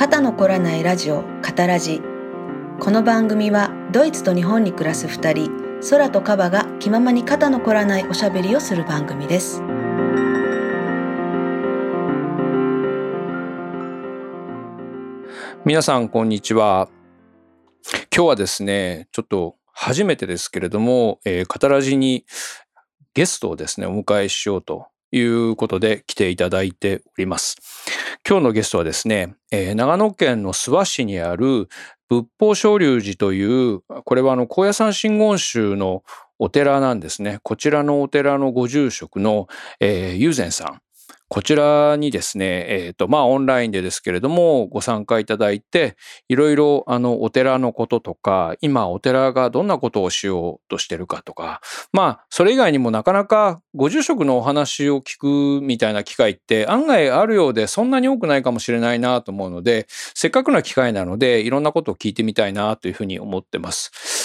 肩のこらないラジオカタラジ。この番組はドイツと日本に暮らす2人、空とカバが気ままに肩のこらないおしゃべりをする番組です。 皆さんこんにちは。今日はですね、ちょっと初めてですけれども、カタラジにゲストをですね、お迎えしようということで来ていただいております。今日のゲストはですね、長野県の諏訪市にある仏法正隆寺という、これは高野山真言宗のお寺なんですね。こちらのお寺のご住職の、友禅さん。こちらにですね、オンラインでですけれどもご参加いただいて、いろいろお寺のこととか、今お寺がどんなことをしようとしてるかとか、それ以外にもなかなかご住職のお話を聞くみたいな機会って案外あるようでそんなに多くないかもしれないなと思うので、せっかくの機会なのでいろんなことを聞いてみたいなというふうに思ってます。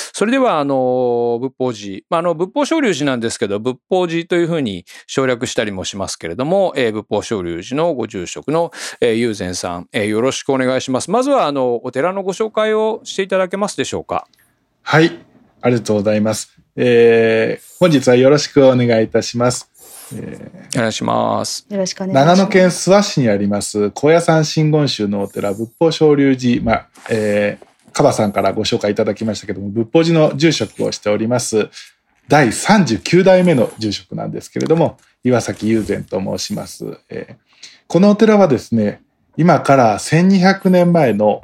それでは仏法寺、仏法正隆寺なんですけど、仏法寺というふうに省略したりもしますけれども、仏法正隆寺のご住職の友禅さん、よろしくお願いします。まずはお寺のご紹介をしていただけますでしょうか。 はい、ありがとうございます。本日はよろしくお願いいたします。 お願いします。 よろしくお願いします。 長野県諏訪市にあります高野山真言宗のお寺仏法正隆寺、カバさんからご紹介いただきましたけども、仏法寺の住職をしております第39代目の住職なんですけれども、岩崎友禅と申します。このお寺はですね、今から1200年前の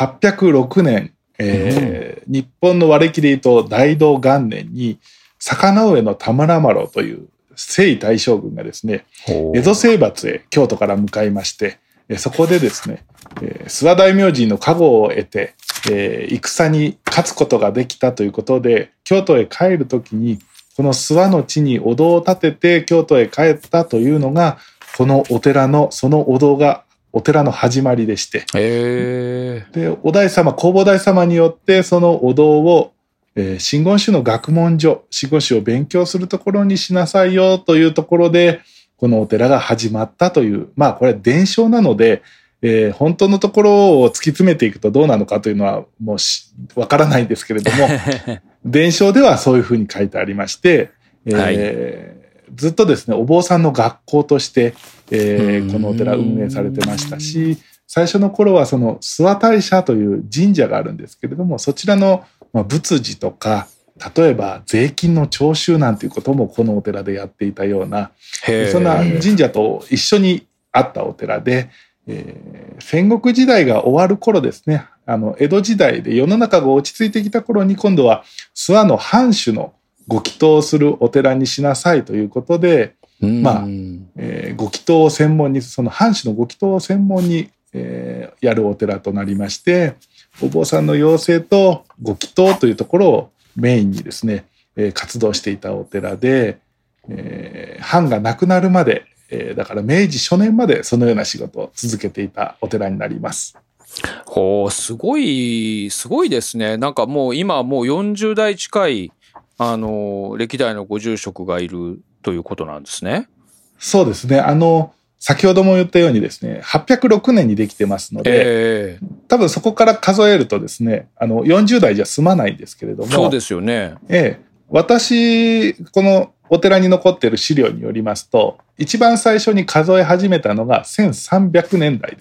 806年、日本の和暦でいうと大同元年に坂上田村麻呂という征夷大将軍がですね、江戸征伐へ京都から向かいまして、そこでですね、諏訪大明神の加護を得て、戦に勝つことができたということで、京都へ帰るときにこの諏訪の地にお堂を建てて京都へ帰ったというのが、このお寺のそのお堂がお寺の始まりでして、でお大様、弘法大様によってそのお堂を真言宗の学問所、真言宗を勉強するところにしなさいよというところで、このお寺が始まったという、これは伝承なので、本当のところを突き詰めていくとどうなのかというのはもうわからないんですけれども、伝承ではそういうふうに書いてありまして、ずっとですね、お坊さんの学校として、このお寺運営されてましたし、最初の頃はその諏訪大社という神社があるんですけれども、そちらの仏事とか、例えば税金の徴収なんていうこともこのお寺でやっていたような、そんな神社と一緒にあったお寺で、戦国時代が終わる頃ですね、江戸時代で世の中が落ち着いてきた頃に、今度は諏訪の藩主のご祈祷するお寺にしなさいということで、ご祈祷を専門に、その藩主のご祈祷を専門に、やるお寺となりまして、お坊さんの養成とご祈祷というところをメインにですね、活動していたお寺で、藩がなくなるまで、だから明治初年までそのような仕事を続けていたお寺になります。 すごいですね。なんかもう今もう40代近い歴代のご住職がいるということなんですね。 そうですね。先ほども言ったようにですね、806年にできてますので、多分そこから数えるとですね、40代じゃ済まないんですけれども。 そうですよね。 私、このお寺に残っている資料によりますと、一番最初に数え始めたのが1300年代です。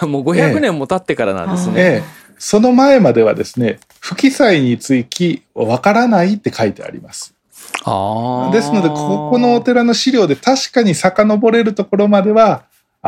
もう500年も経ってからなんですね。 その前まではですね、不記載につきわからないって書いてあります。ですので、ここのお寺の資料で確かに遡れるところまでは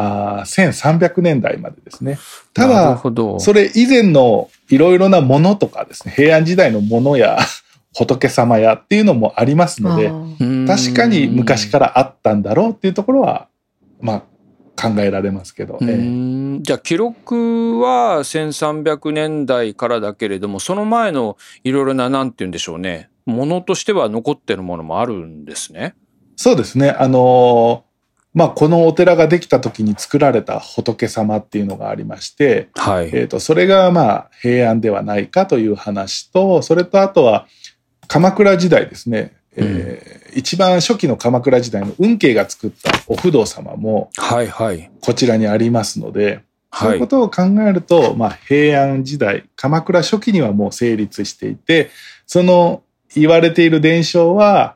1300年代までですね。ただ、それ以前のいろいろなものとかですね、平安時代のものや仏様やっていうのもありますので、確かに昔からあったんだろうっていうところは考えられますけど、 じゃあ記録は1300年代からだけれども、その前のいろいろな、なんて言うんでしょうね、ものとしては残ってるものもあるんですね。 そうですね。このお寺ができた時に作られた仏様っていうのがありまして、それが平安ではないかという話と、それとあとは鎌倉時代ですね。一番初期の鎌倉時代の運慶が作ったお不動様もこちらにありますので、 そういうことを考えると、平安時代、鎌倉初期にはもう成立していて、その言われている伝承は、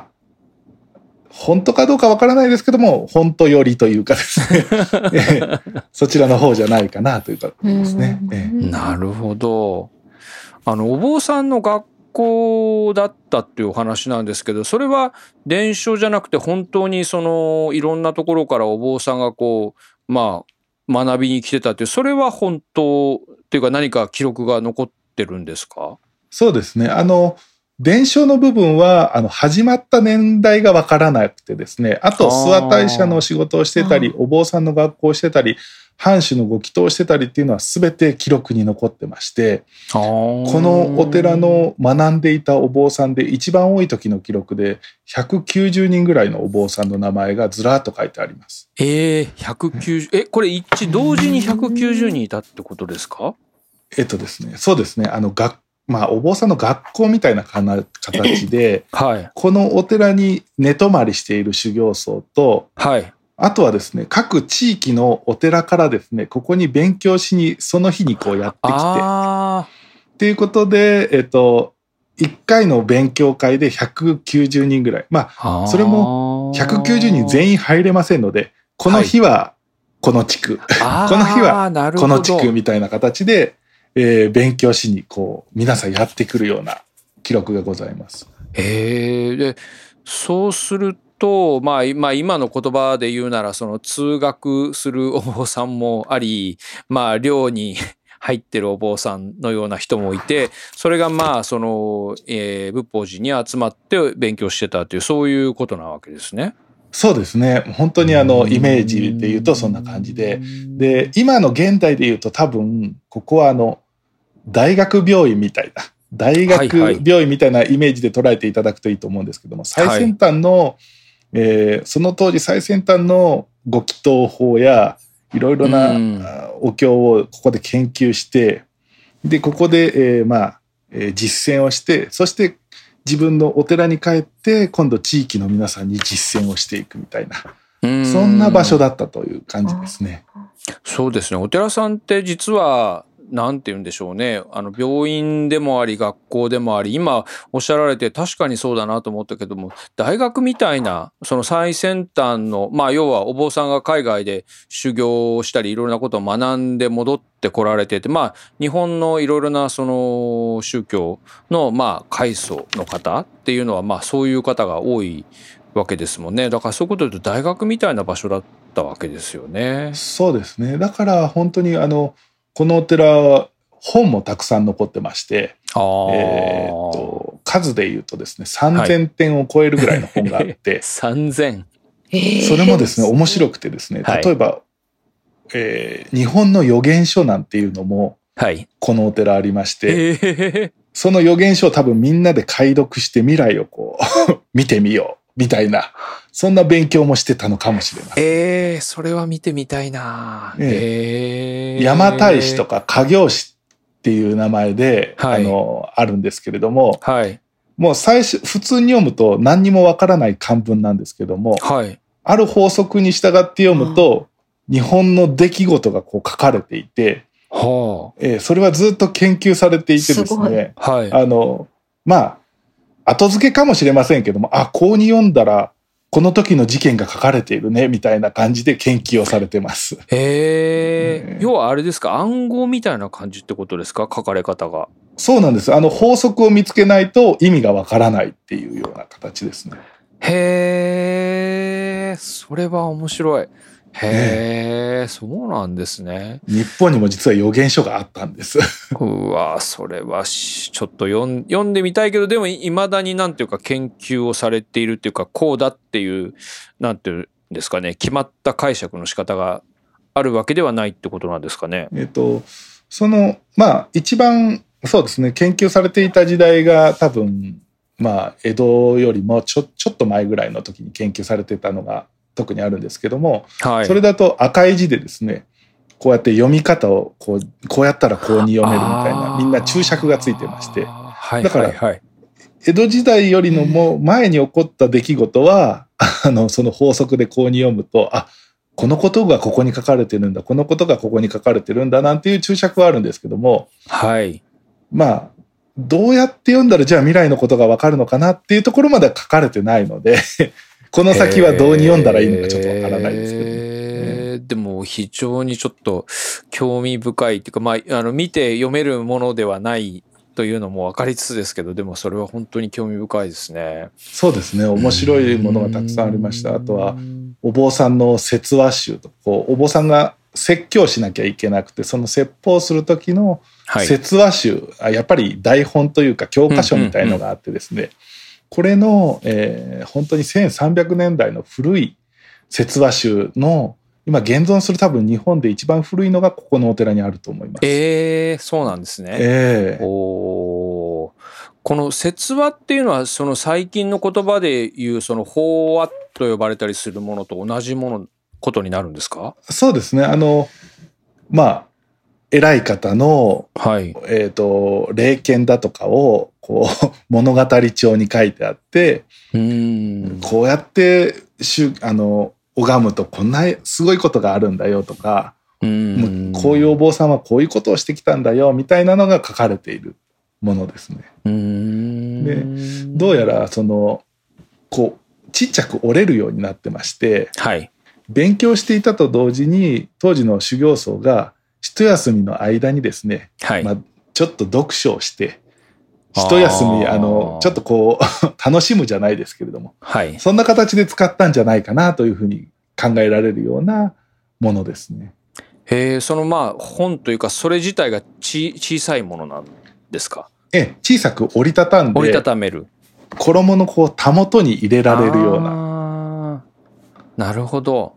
本当かどうかわからないですけども、本当よりというかですね、そちらの方じゃないかなというかですね。 なるほど。お坊さんの学校だったっていうお話なんですけど、それは伝承じゃなくて本当にいろんなところからお坊さんが学びに来てたっていう、それは本当っていうか何か記録が残ってるんですか？ そうですね。伝承の部分は、始まった年代がわからなくてですね、あと、諏訪大社の仕事をしてたり、お坊さんの学校をしてたり、藩主のご祈祷をしてたりっていうのは全て記録に残ってまして、このお寺の学んでいたお坊さんで一番多い時の記録で、190人ぐらいのお坊さんの名前がずらっと書いてあります。 190、これ同時に190人いたってことですか？ ですね、そうですね、お坊さんの学校みたいな形で、 はい、 このお寺に寝泊まりしている修行僧と、 はい、 あとはですね、各地域のお寺からですね、ここに勉強しに、その日にこうやってきて、っていうことで、1回の勉強会で190人ぐらい。それも190人全員入れませんので、この日はこの地区、この日はこの地区みたいな形で、勉強しに皆さんやってくるような記録がございます。 で、そうすると、今の言葉で言うなら通学するお坊さんもあり、寮に入ってるお坊さんのような人もいて、それが仏法寺に集まって勉強してたという、そういうことなわけですね。 そうですね。本当にイメージで言うとそんな感じで、今の現代で言うと多分ここは大学病院みたいな、大学病院みたいなイメージで捉えていただくといいと思うんですけども、最先端の、その当時最先端のご祈祷法やいろいろなお経をここで研究して、でここで、実践をして、そして自分のお寺に帰って今度地域の皆さんに実践をしていくみたいな、そんな場所だったという感じですね。 そうですね。お寺さんって実はなんて言うんでしょうね。病院でもあり、学校でもあり、今おっしゃられて確かにそうだなと思ったけども、大学みたいな、その最先端の、要はお坊さんが海外で修行をしたり、いろいろなことを学んで戻ってこられてて、日本のいろいろなその宗教の、開祖の方っていうのは、そういう方が多いわけですもんね。だからそういうことで大学みたいな場所だったわけですよね。 そうですね。だから本当にこのお寺は本もたくさん残ってまして、数で言うとですね、3000点を超えるぐらいの本があって、 3000、 それもですね、面白くてですね、例えば、日本の予言書なんていうのも、このお寺ありまして、その予言書を多分みんなで解読して未来を見てみよう、みたいな、そんな勉強もしてたのかもしれません。 それは見てみたいな。 山大師とか家行師っていう名前で、あるんですけれども、もう最初、普通に読むと何にもわからない漢文なんですけども、ある法則に従って読むと、日本の出来事が書かれていて、それはずっと研究されていてですね、後付けかもしれませんけども、こうに読んだら、この時の事件が書かれているねみたいな感じで研究をされてます。 要はあれですか、暗号みたいな感じってことですか、書かれ方が。 そうなんです。法則を見つけないと意味がわからないっていうような形ですね。 それは面白い。そうなんですね。 日本にも実は予言書があったんです。 うわ、それはちょっと読んでみたいけど、でも未だになんていうか研究をされているっていうか、こうだっていうなんていうんですかね、決まった解釈の仕方があるわけではないってことなんですかね。 一番そうですね、研究されていた時代が多分江戸よりもちょっと前ぐらいの時に研究されてたのが特にあるんですけども、それだと赤い字でですね、こうやって読み方をこうやったらこうに読めるみたいな、みんな注釈がついてまして、だから江戸時代よりのも前に起こった出来事はその法則でこうに読むと、 このことがここに書かれてるんだ、このことがここに書かれてるんだなんていう注釈はあるんですけども、 はい。 まあ、どうやって読んだらじゃあ未来のことがわかるのかなっていうところまでは書かれてないので、この先はどうに読んだらいいのかちょっとわからないですけどね。 でも非常にちょっと興味深いっていうか、まあ、見て読めるものではないというのも分かりつつですけど、でもそれは本当に興味深いですね。 そうですね。面白いものがたくさんありました。あとは、お坊さんの説話集と、お坊さんが説教しなきゃいけなくて、その説法する時の説話集、やっぱり台本というか教科書みたいのがあってですね、これの、本当に1300年代の古い説話集の今現存する多分日本で一番古いのがここのお寺にあると思います。 そうなんですね。この説話っていうのはその最近の言葉でいうその法話と呼ばれたりするものと同じことになるんですか？ そうですね。まあ偉い方の、はい、霊験だとかをこう物語帳に書いてあって、こうやって拝むとこんなすごいことがあるんだよとか、こういうお坊さんはこういうことをしてきたんだよみたいなのが書かれているものですね。で、どうやらこうちっちゃく折れるようになってまして、はい、勉強していたと同時に当時の修行僧が一休みの間にですね、はい、ちょっと読書をして一休みちょっとこう楽しむじゃないですけれども、はい、そんな形で使ったんじゃないかなというふうに考えられるようなものですね。 その本というかそれ自体が小さいものなんですか？ 小さく折りたたんで折りたためる衣のこうたもとに入れられるような。 なるほど。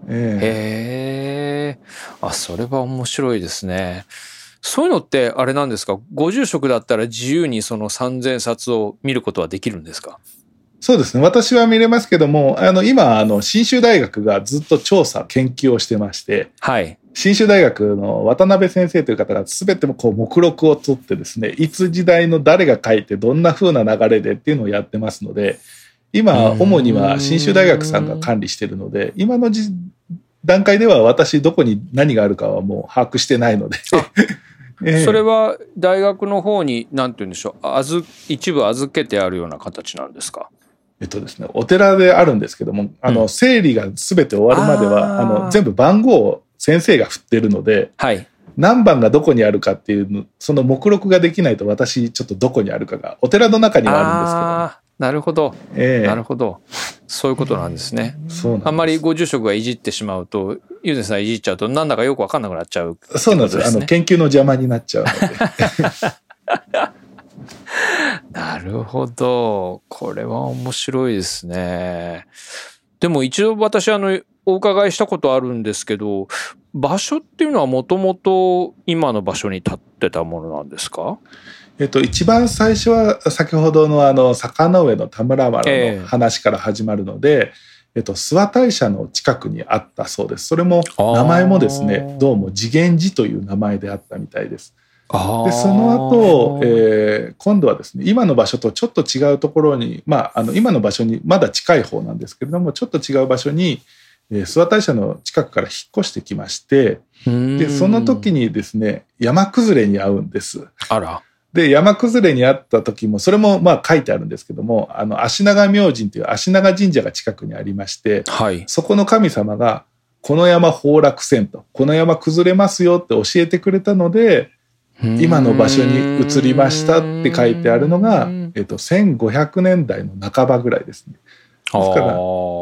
それは面白いですね。そういうのってあれなんですか？ご住職だったら自由にその3000冊を見ることはできるんですか？ そうですね。私は見れますけども、今信州大学がずっと調査研究をしてまして、はい、信州大学の渡辺先生という方が全てこう目録を取ってですね、いつ時代の誰が書いてどんな風な流れでっていうのをやってますので、今主には信州大学さんが管理しているので、今の段階では私どこに何があるかはもう把握してないのでそれは大学の方に何て言うんでしょう、一部預けてあるような形なんですか？ ですね、お寺であるんですけども、整理が全て終わるまでは全部番号を先生が振ってるので、はい、何番がどこにあるかっていうその目録ができないと私ちょっとどこにあるかがお寺の中にはあるんですけど。 なるほど、なるほど、そういうことなんですね。あんまりご住職がいじってしまうと、ゆうぜさんいじっちゃうとなんだかよく分かんなくなっちゃうってことですね。そうなんです。 研究の邪魔になっちゃうのでなるほど、これは面白いですね。でも一度私お伺いしたことあるんですけど、場所っていうのはもともと今の場所に立ってたものなんですか？ 一番最初は先ほどの坂の上の田村丸の話から始まるので、諏訪大社の近くにあったそうです。それも名前もですね、どうも次元寺という名前であったみたいです。でその後、今度はですね、今の場所とちょっと違うところに、今の場所にまだ近い方なんですけれども、ちょっと違う場所に諏訪大社の近くから引っ越してきまして、でその時にですね、山崩れに遭うんです。 あら。 で山崩れにあった時もそれも書いてあるんですけども、足長明神という足長神社が近くにありまして、はい、そこの神様がこの山崩落せんと、この山崩れますよって教えてくれたので今の場所に移りましたって書いてあるのが、1500年代の半ばぐらいですね。ですから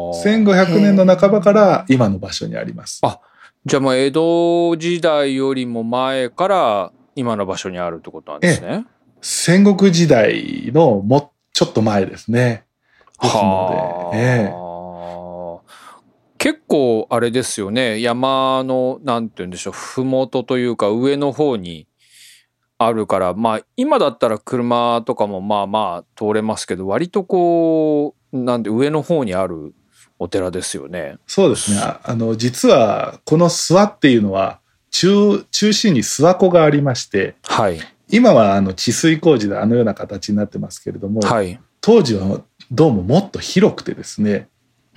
1500年の半ばから今の場所にあります。 じゃあ江戸時代よりも前から今の場所にあるってことなんですね。 戦国時代のちょっと前ですね。ですので、 結構あれですよね、山のなんて言うんでしょう、麓というか上の方にあるから、今だったら車とかも通れますけど、割とこうなんで上の方にあるお寺ですよね。 そうですね。実はこの諏訪っていうのは中心に諏訪湖がありまして、はい、今は治水工事であのような形になってますけれども、はい、当時はどうももっと広くてですね、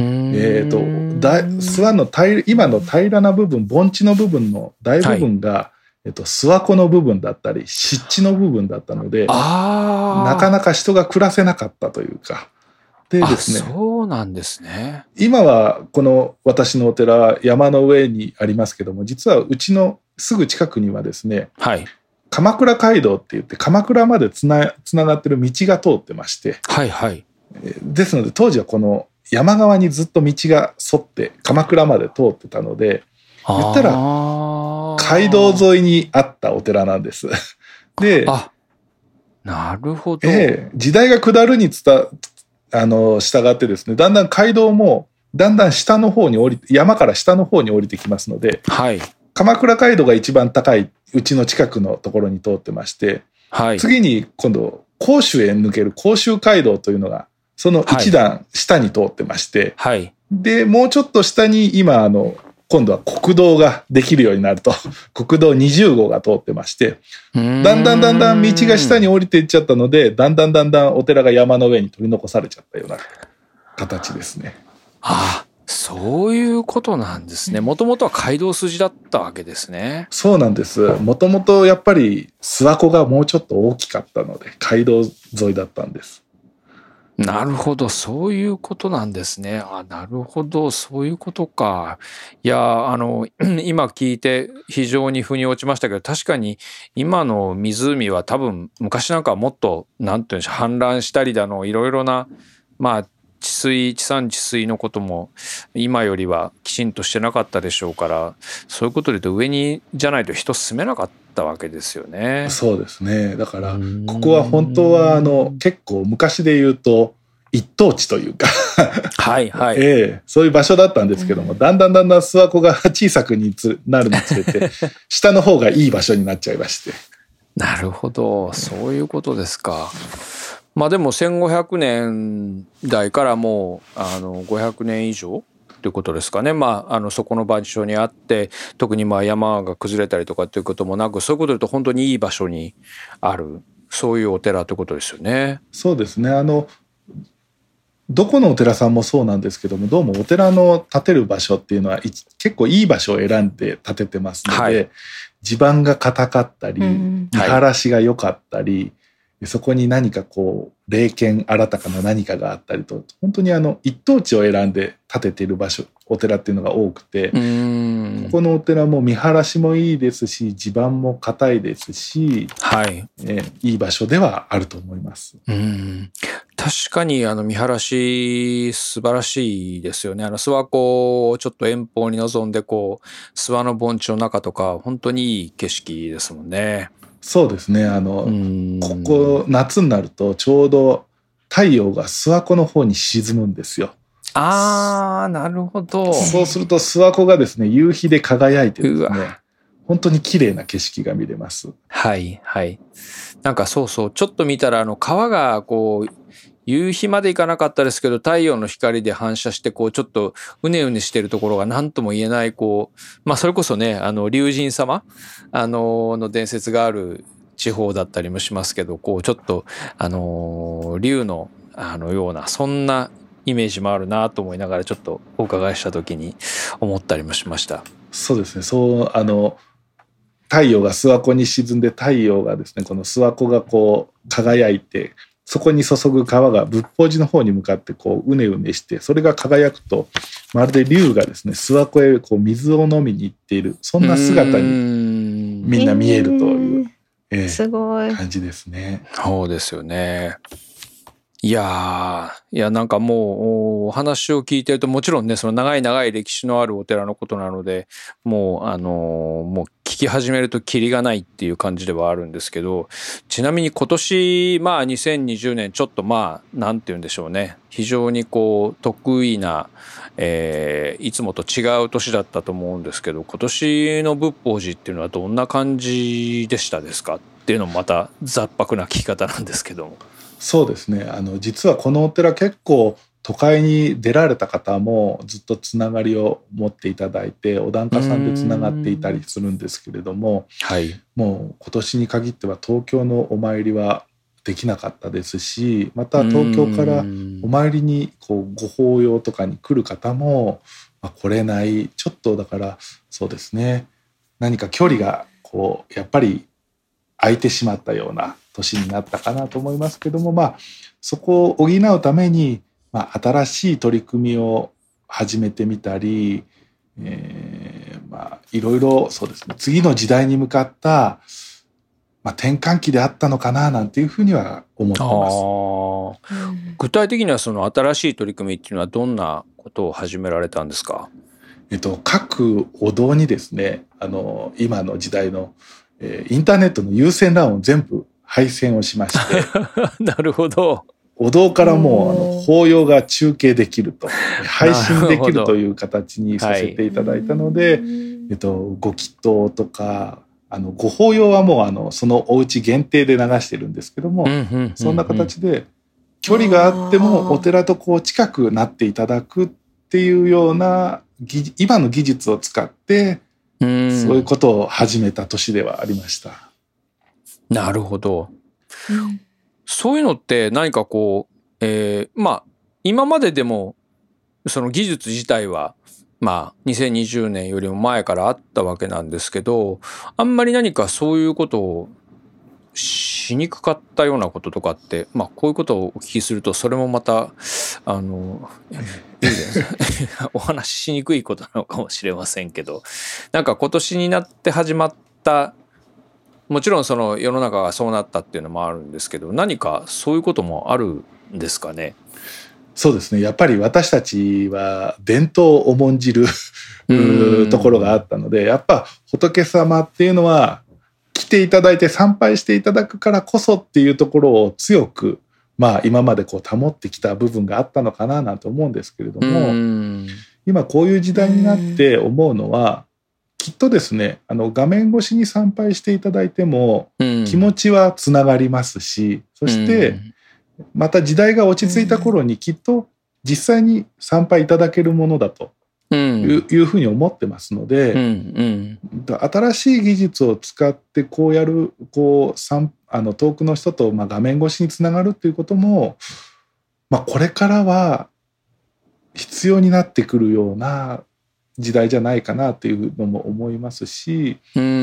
諏訪の今の平らな部分、盆地の部分の大部分が、諏訪湖の部分だったり湿地の部分だったので、なかなか人が暮らせなかったというか。でですね、 そうなんですね。 今はこの私のお寺は山の上にありますけども、実はうちのすぐ近くにはですね、 はい、 鎌倉街道って言って鎌倉までつながってる道が通ってまして、 はいはい、 ですので当時はこの山側にずっと道が沿って鎌倉まで通ってたので、言ったら街道沿いにあったお寺なんです。で、 なるほど。 時代が下るに従ってですね、だんだん街道もだんだん下の方に山から下の方に降りてきますので、 はい、 鎌倉街道が一番高いうちの近くのところに通ってまして、はい、次に今度甲州へ抜ける甲州街道というのがその一段下に通ってまして、はい、でもうちょっと下に今今度は国道ができるようになると国道20号が通ってまして、だんだん道が下に降りていっちゃったので、だんだんお寺が山の上に取り残されちゃったような形ですね。 そういうことなんですね。もともとは街道筋だったわけですね。 そうなんです。もともとやっぱり諏訪湖がもうちょっと大きかったので街道沿いだったんです。 なるほど、そういうことなんですね。なるほど、そういうことか。いや、今聞いて非常に腑に落ちましたけど、確かに今の湖は多分昔なんかはもっとなんていうんでしょう、氾濫したりだのいろいろな地産地水のことも今よりはきちんとしてなかったでしょうから、そういうことで言うと上にじゃないと人住めなかったわけですよね。 そうですね。だからここは本当は結構昔で言うと一等地というかはいはい、 そういう場所だったんですけども、だんだん諏訪湖が小さくなるにつれて下の方がいい場所になっちゃいまして。 なるほど、そういうことですか。でも1500年代からもう500年以上ということですかね。そこの場所にあって、特に山が崩れたりとかっていうこともなく、そういうことで言うと本当にいい場所にある、そういうお寺ということですよね。 そうですね。どこのお寺さんもそうなんですけども、どうもお寺の建てる場所っていうのは結構いい場所を選んで建ててますので、地盤が硬かったり、見晴らしが良かったり、そこに何か霊験新たかな何かがあったりと、本当に一等地を選んで建てているお寺っていうのが多くて、ここのお寺も見晴らしもいいですし、地盤も硬いですし、いい場所ではあると思います。 確かに見晴らし素晴らしいですよね。諏訪湖をちょっと遠方に望んで諏訪の盆地の中とか本当にいい景色ですもんね。 そうですね。ここ夏になるとちょうど太陽が諏訪湖の方に沈むんですよ。 なるほど。 そうすると諏訪湖がですね、夕日で輝いてですね、本当に綺麗な景色が見れます。 はいはい。なんかそうそう、ちょっと見たら川が夕日まで行かなかったですけど、太陽の光で反射してちょっとうねうねしてるところが何とも言えないそれこそね、龍神様の伝説がある地方だったりもしますけど、ちょっと龍のようなそんなイメージもあるなと思いながらちょっとお伺いした時に思ったりもしました。 そうですね。太陽が諏訪湖に沈んで、太陽がですね、この諏訪湖が輝いて、そこに注ぐ川が仏法寺の方に向かってうねうねして、それが輝くとまるで龍がですね、諏訪湖へ水を飲みに行っている、そんな姿にみんな見えるという、 すごい感じですね。 そうですよね。いやなんかもうお話を聞いてると、もちろんね、その長い歴史のあるお寺のことなので、もうもう聞き始めるとキリがないっていう感じではあるんですけど、ちなみに今年2020年ちょっとなんて言うんでしょうね、非常に得意な、いつもと違う年だったと思うんですけど、今年の仏法寺っていうのはどんな感じでしたですかっていうのもまた雑白な聞き方なんですけども。 そうですね。実はこのお寺結構都会に出られた方もずっとつながりを持っていただいて、お檀家さんでつながっていたりするんですけれども、もう今年に限っては東京のお参りはできなかったですし、また東京からお参りにこうご法要とかに来る方も、来れない。ちょっとだからそうですね、何か距離がこうやっぱり空いてしまったような年になったかなと思いますけども、そこを補うために、新しい取り組みを始めてみたり、いろいろそうですね、次の時代に向かった、転換期であったのかななんていうふうには思ってます。 具体的にはその新しい取り組みっていうのはどんなことを始められたんですか？ 各お堂にですね、今の時代の、インターネットの有線 LAN を全部配線をしましてなるほど。 お堂からもう法要が中継できると、配信できるという形にさせていただいたので、ご祈祷とかご法要はもうそのお家限定で流してるんですけども、そんな形で距離があってもお寺とこう近くなっていただくっていうような今の技術を使ってそういうことを始めた年ではありました。 なるほど。そういうのって何かこう、今まででもその技術自体は2020年よりも前からあったわけなんですけど、あんまり何かそういうことをしにくかったようなこととかって、こういうことをお聞きするとそれもまたお話ししにくいことなのかもしれませんけど、なんか今年になって始まった、もちろんその世の中がそうなったっていうのもあるんですけど、何かそういうこともあるんですかね？ そうですね。やっぱり私たちは伝統を重んじるところがあったので、やっぱ仏様っていうのは来ていただいて参拝していただくからこそっていうところを強く、今までこう保ってきた部分があったのかななんて思うんですけれども、今こういう時代になって思うのは、きっとですね、画面越しに参拝していただいても気持ちはつながりますし、そしてまた時代が落ち着いた頃にきっと実際に参拝いただけるものだというふうに思ってますので、新しい技術を使ってこうやる遠くの人と画面越しにつながるっていうことも、これからは必要になってくるような時代じゃないかなというのも思いますし、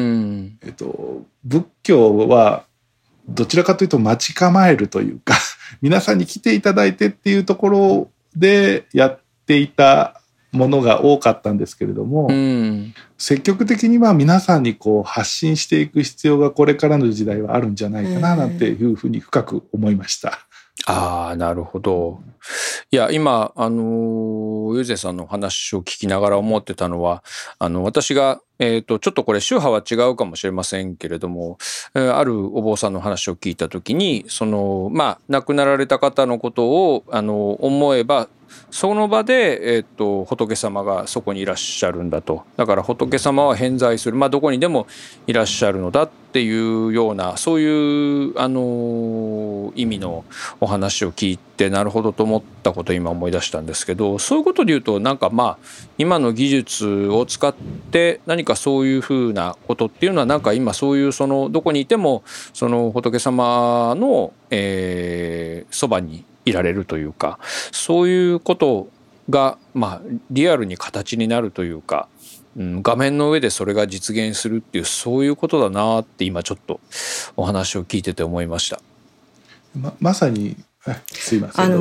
仏教はどちらかというと待ち構えるというか皆さんに来ていただいてっていうところでやっていたものが多かったんですけれども、積極的に皆さんにこう発信していく必要がこれからの時代はあるんじゃないかななんていうふうに深く思いました。 なるほど。いや、今ゆぜさんの話を聞きながら思ってたのは、私がちょっとこれ宗派は違うかもしれませんけれども、あるお坊さんの話を聞いた時に、亡くなられた方のことを思えばその場で、仏様がそこにいらっしゃるんだと。だから仏様は偏在する、どこにでもいらっしゃるのだっていうような、そういう意味のお話を聞いて、なるほどと思ったことを今思い出したんですけど、そういうことで言うとなんか今の技術を使って何かそういうふうなことっていうのは、なんか今そういうどこにいてもその仏様のそばにいられるというか、そういうことがリアルに形になるというか、画面の上でそれが実現するっていう、そういうことだなって今ちょっとお話を聞いてて思いました。 まさにすいません。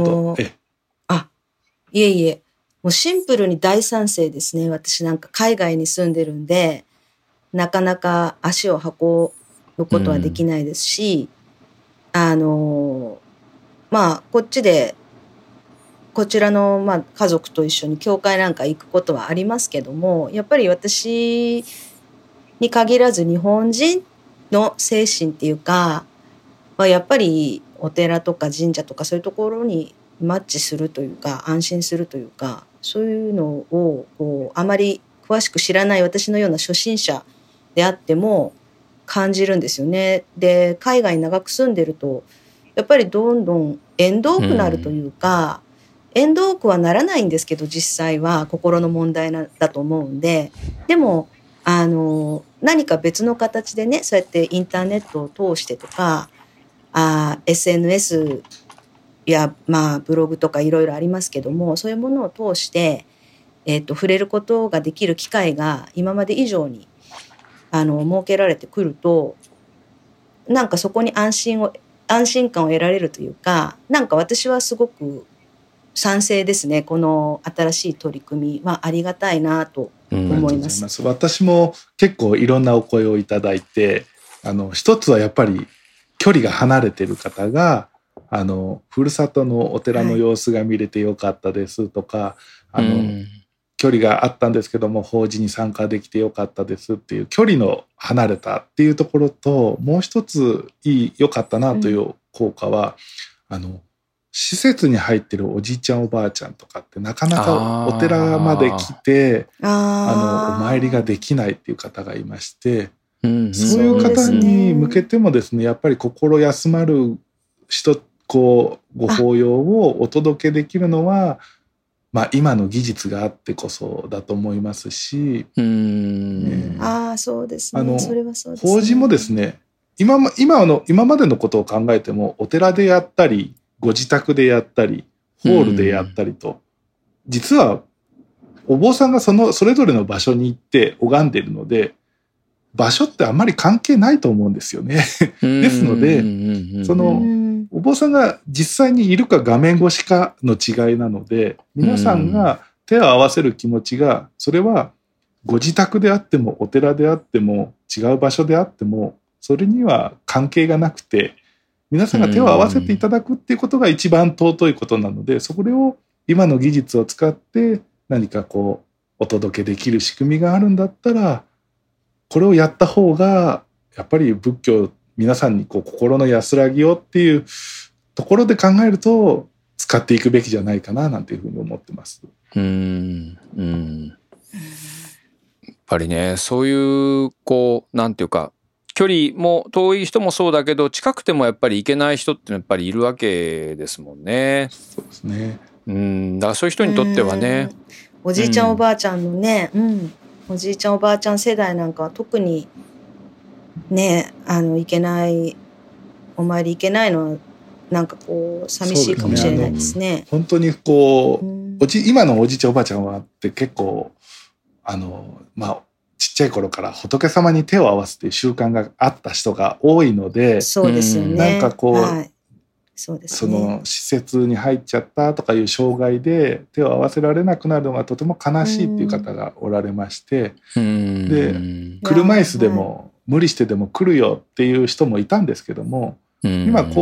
いえいえ、もうシンプルに大賛成ですね。私なんか海外に住んでるんで、なかなか足を運ぶことはできないですし、こっちでこちらの家族と一緒に教会なんか行くことはありますけども、やっぱり私に限らず日本人の精神っていうか、やっぱりお寺とか神社とかそういうところにマッチするというか、安心するというか、そういうのをあまり詳しく知らない私のような初心者であっても感じるんですよね。で、海外に長く住んでるとやっぱりどんどん縁遠くなるというか、縁遠くはならないんですけど、実際は心の問題だと思うんで、でも何か別の形でね、そうやってインターネットを通してとか、 SNS や、ブログとかいろいろありますけども、そういうものを通して、触れることができる機会が今まで以上に設けられてくると、なんかそこに安心感を得られるというか、なんか私はすごく賛成ですね。この新しい取り組みはありがたいなと思います。 私も結構いろんなお声をいただいて、一つはやっぱり距離が離れてる方がふるさとのお寺の様子が見れてよかったですとか、距離があったんですけども法事に参加できてよかったですっていう距離の離れたっていうところと、もう一つ良かったなという効果は、施設に入ってるおじいちゃんおばあちゃんとかってなかなかお寺まで来てお参りができないっていう方がいまして、そういう方に向けてもですね、やっぱり心休まるご法要をお届けできるのは今の技術があってこそだと思いますし、 そうですね。それはそうですね。 法事もですね、今までのことを考えても、お寺でやったりご自宅でやったりホールでやったりと、実はお坊さんがそれぞれの場所に行って拝んでいるので、場所ってあんまり関係ないと思うんですよね。ですので、お坊さんが実際にいるか画面越しかの違いなので、皆さんが手を合わせる気持ちが、それはご自宅であってもお寺であっても違う場所であってもそれには関係がなくて、皆さんが手を合わせていただくっていうことが一番尊いことなので、それを今の技術を使って何かお届けできる仕組みがあるんだったら、これをやった方がやっぱり仏教、皆さんに心の安らぎをっていうところで考えると使っていくべきじゃないかななんていうふうに思ってます。 やっぱりね、そういうなんていうか、距離も遠い人もそうだけど、近くてもやっぱり行けない人ってやっぱりいるわけですもんね。 そうですね。 だからそういう人にとってはね、 おじいちゃんおばあちゃんのね、おじいちゃんおばあちゃん世代なんかは特にね、行けない、お参り行けないのはなんか寂しいかもしれないですね。 本当に今のおじいちゃんおばあちゃんはって結構ちっちゃい頃から仏様に手を合わせて習慣があった人が多いので、 そうですよね。 なんかそうですね、その施設に入っちゃったとかいう障害で手を合わせられなくなるのがとても悲しいっていう方がおられまして、で車椅子でも無理してでも来るよっていう人もいたんですけども、今イン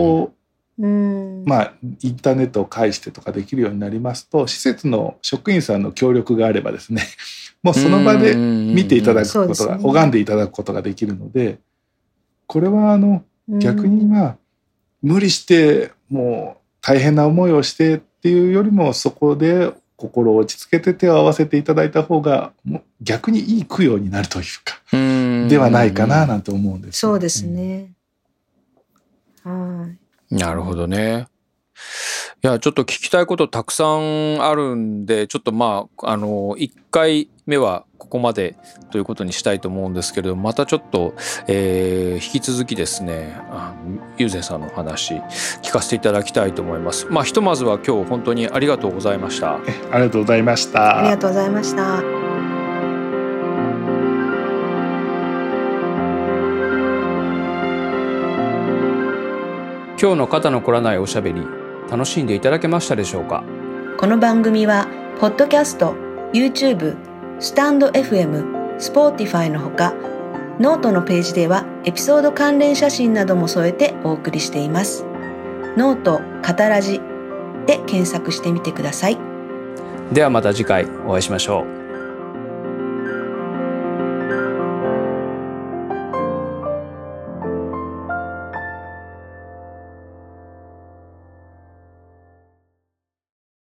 ターネットを介してとかできるようになりますと、施設の職員さんの協力があればですね、もうその場で見ていただくことが、拝んでいただくことができるので、これは逆に無理してもう大変な思いをしてっていうよりも、そこで心を落ち着けて手を合わせていただいた方が逆にいい供養になるというかではないかななんて思うんです。 そうですね。 なるほどね。いや、ちょっと聞きたいことたくさんあるんで、ちょっと1回目はここまでということにしたいと思うんですけれども、またちょっと、引き続きですね、友禅さんの話聞かせていただきたいと思います。ひとまずは今日本当にありがとうございました。 ありがとうございました。 ありがとうございました。 今日の肩の凝らないおしゃべり、楽しんでいただけましたでしょうか。 この番組はポッドキャスト、YouTube、スタンド FM、Spotify のほか、ノートのページではエピソード関連写真なども添えてお送りしています。ノートカタラジで検索してみてください。 ではまた次回お会いしましょう。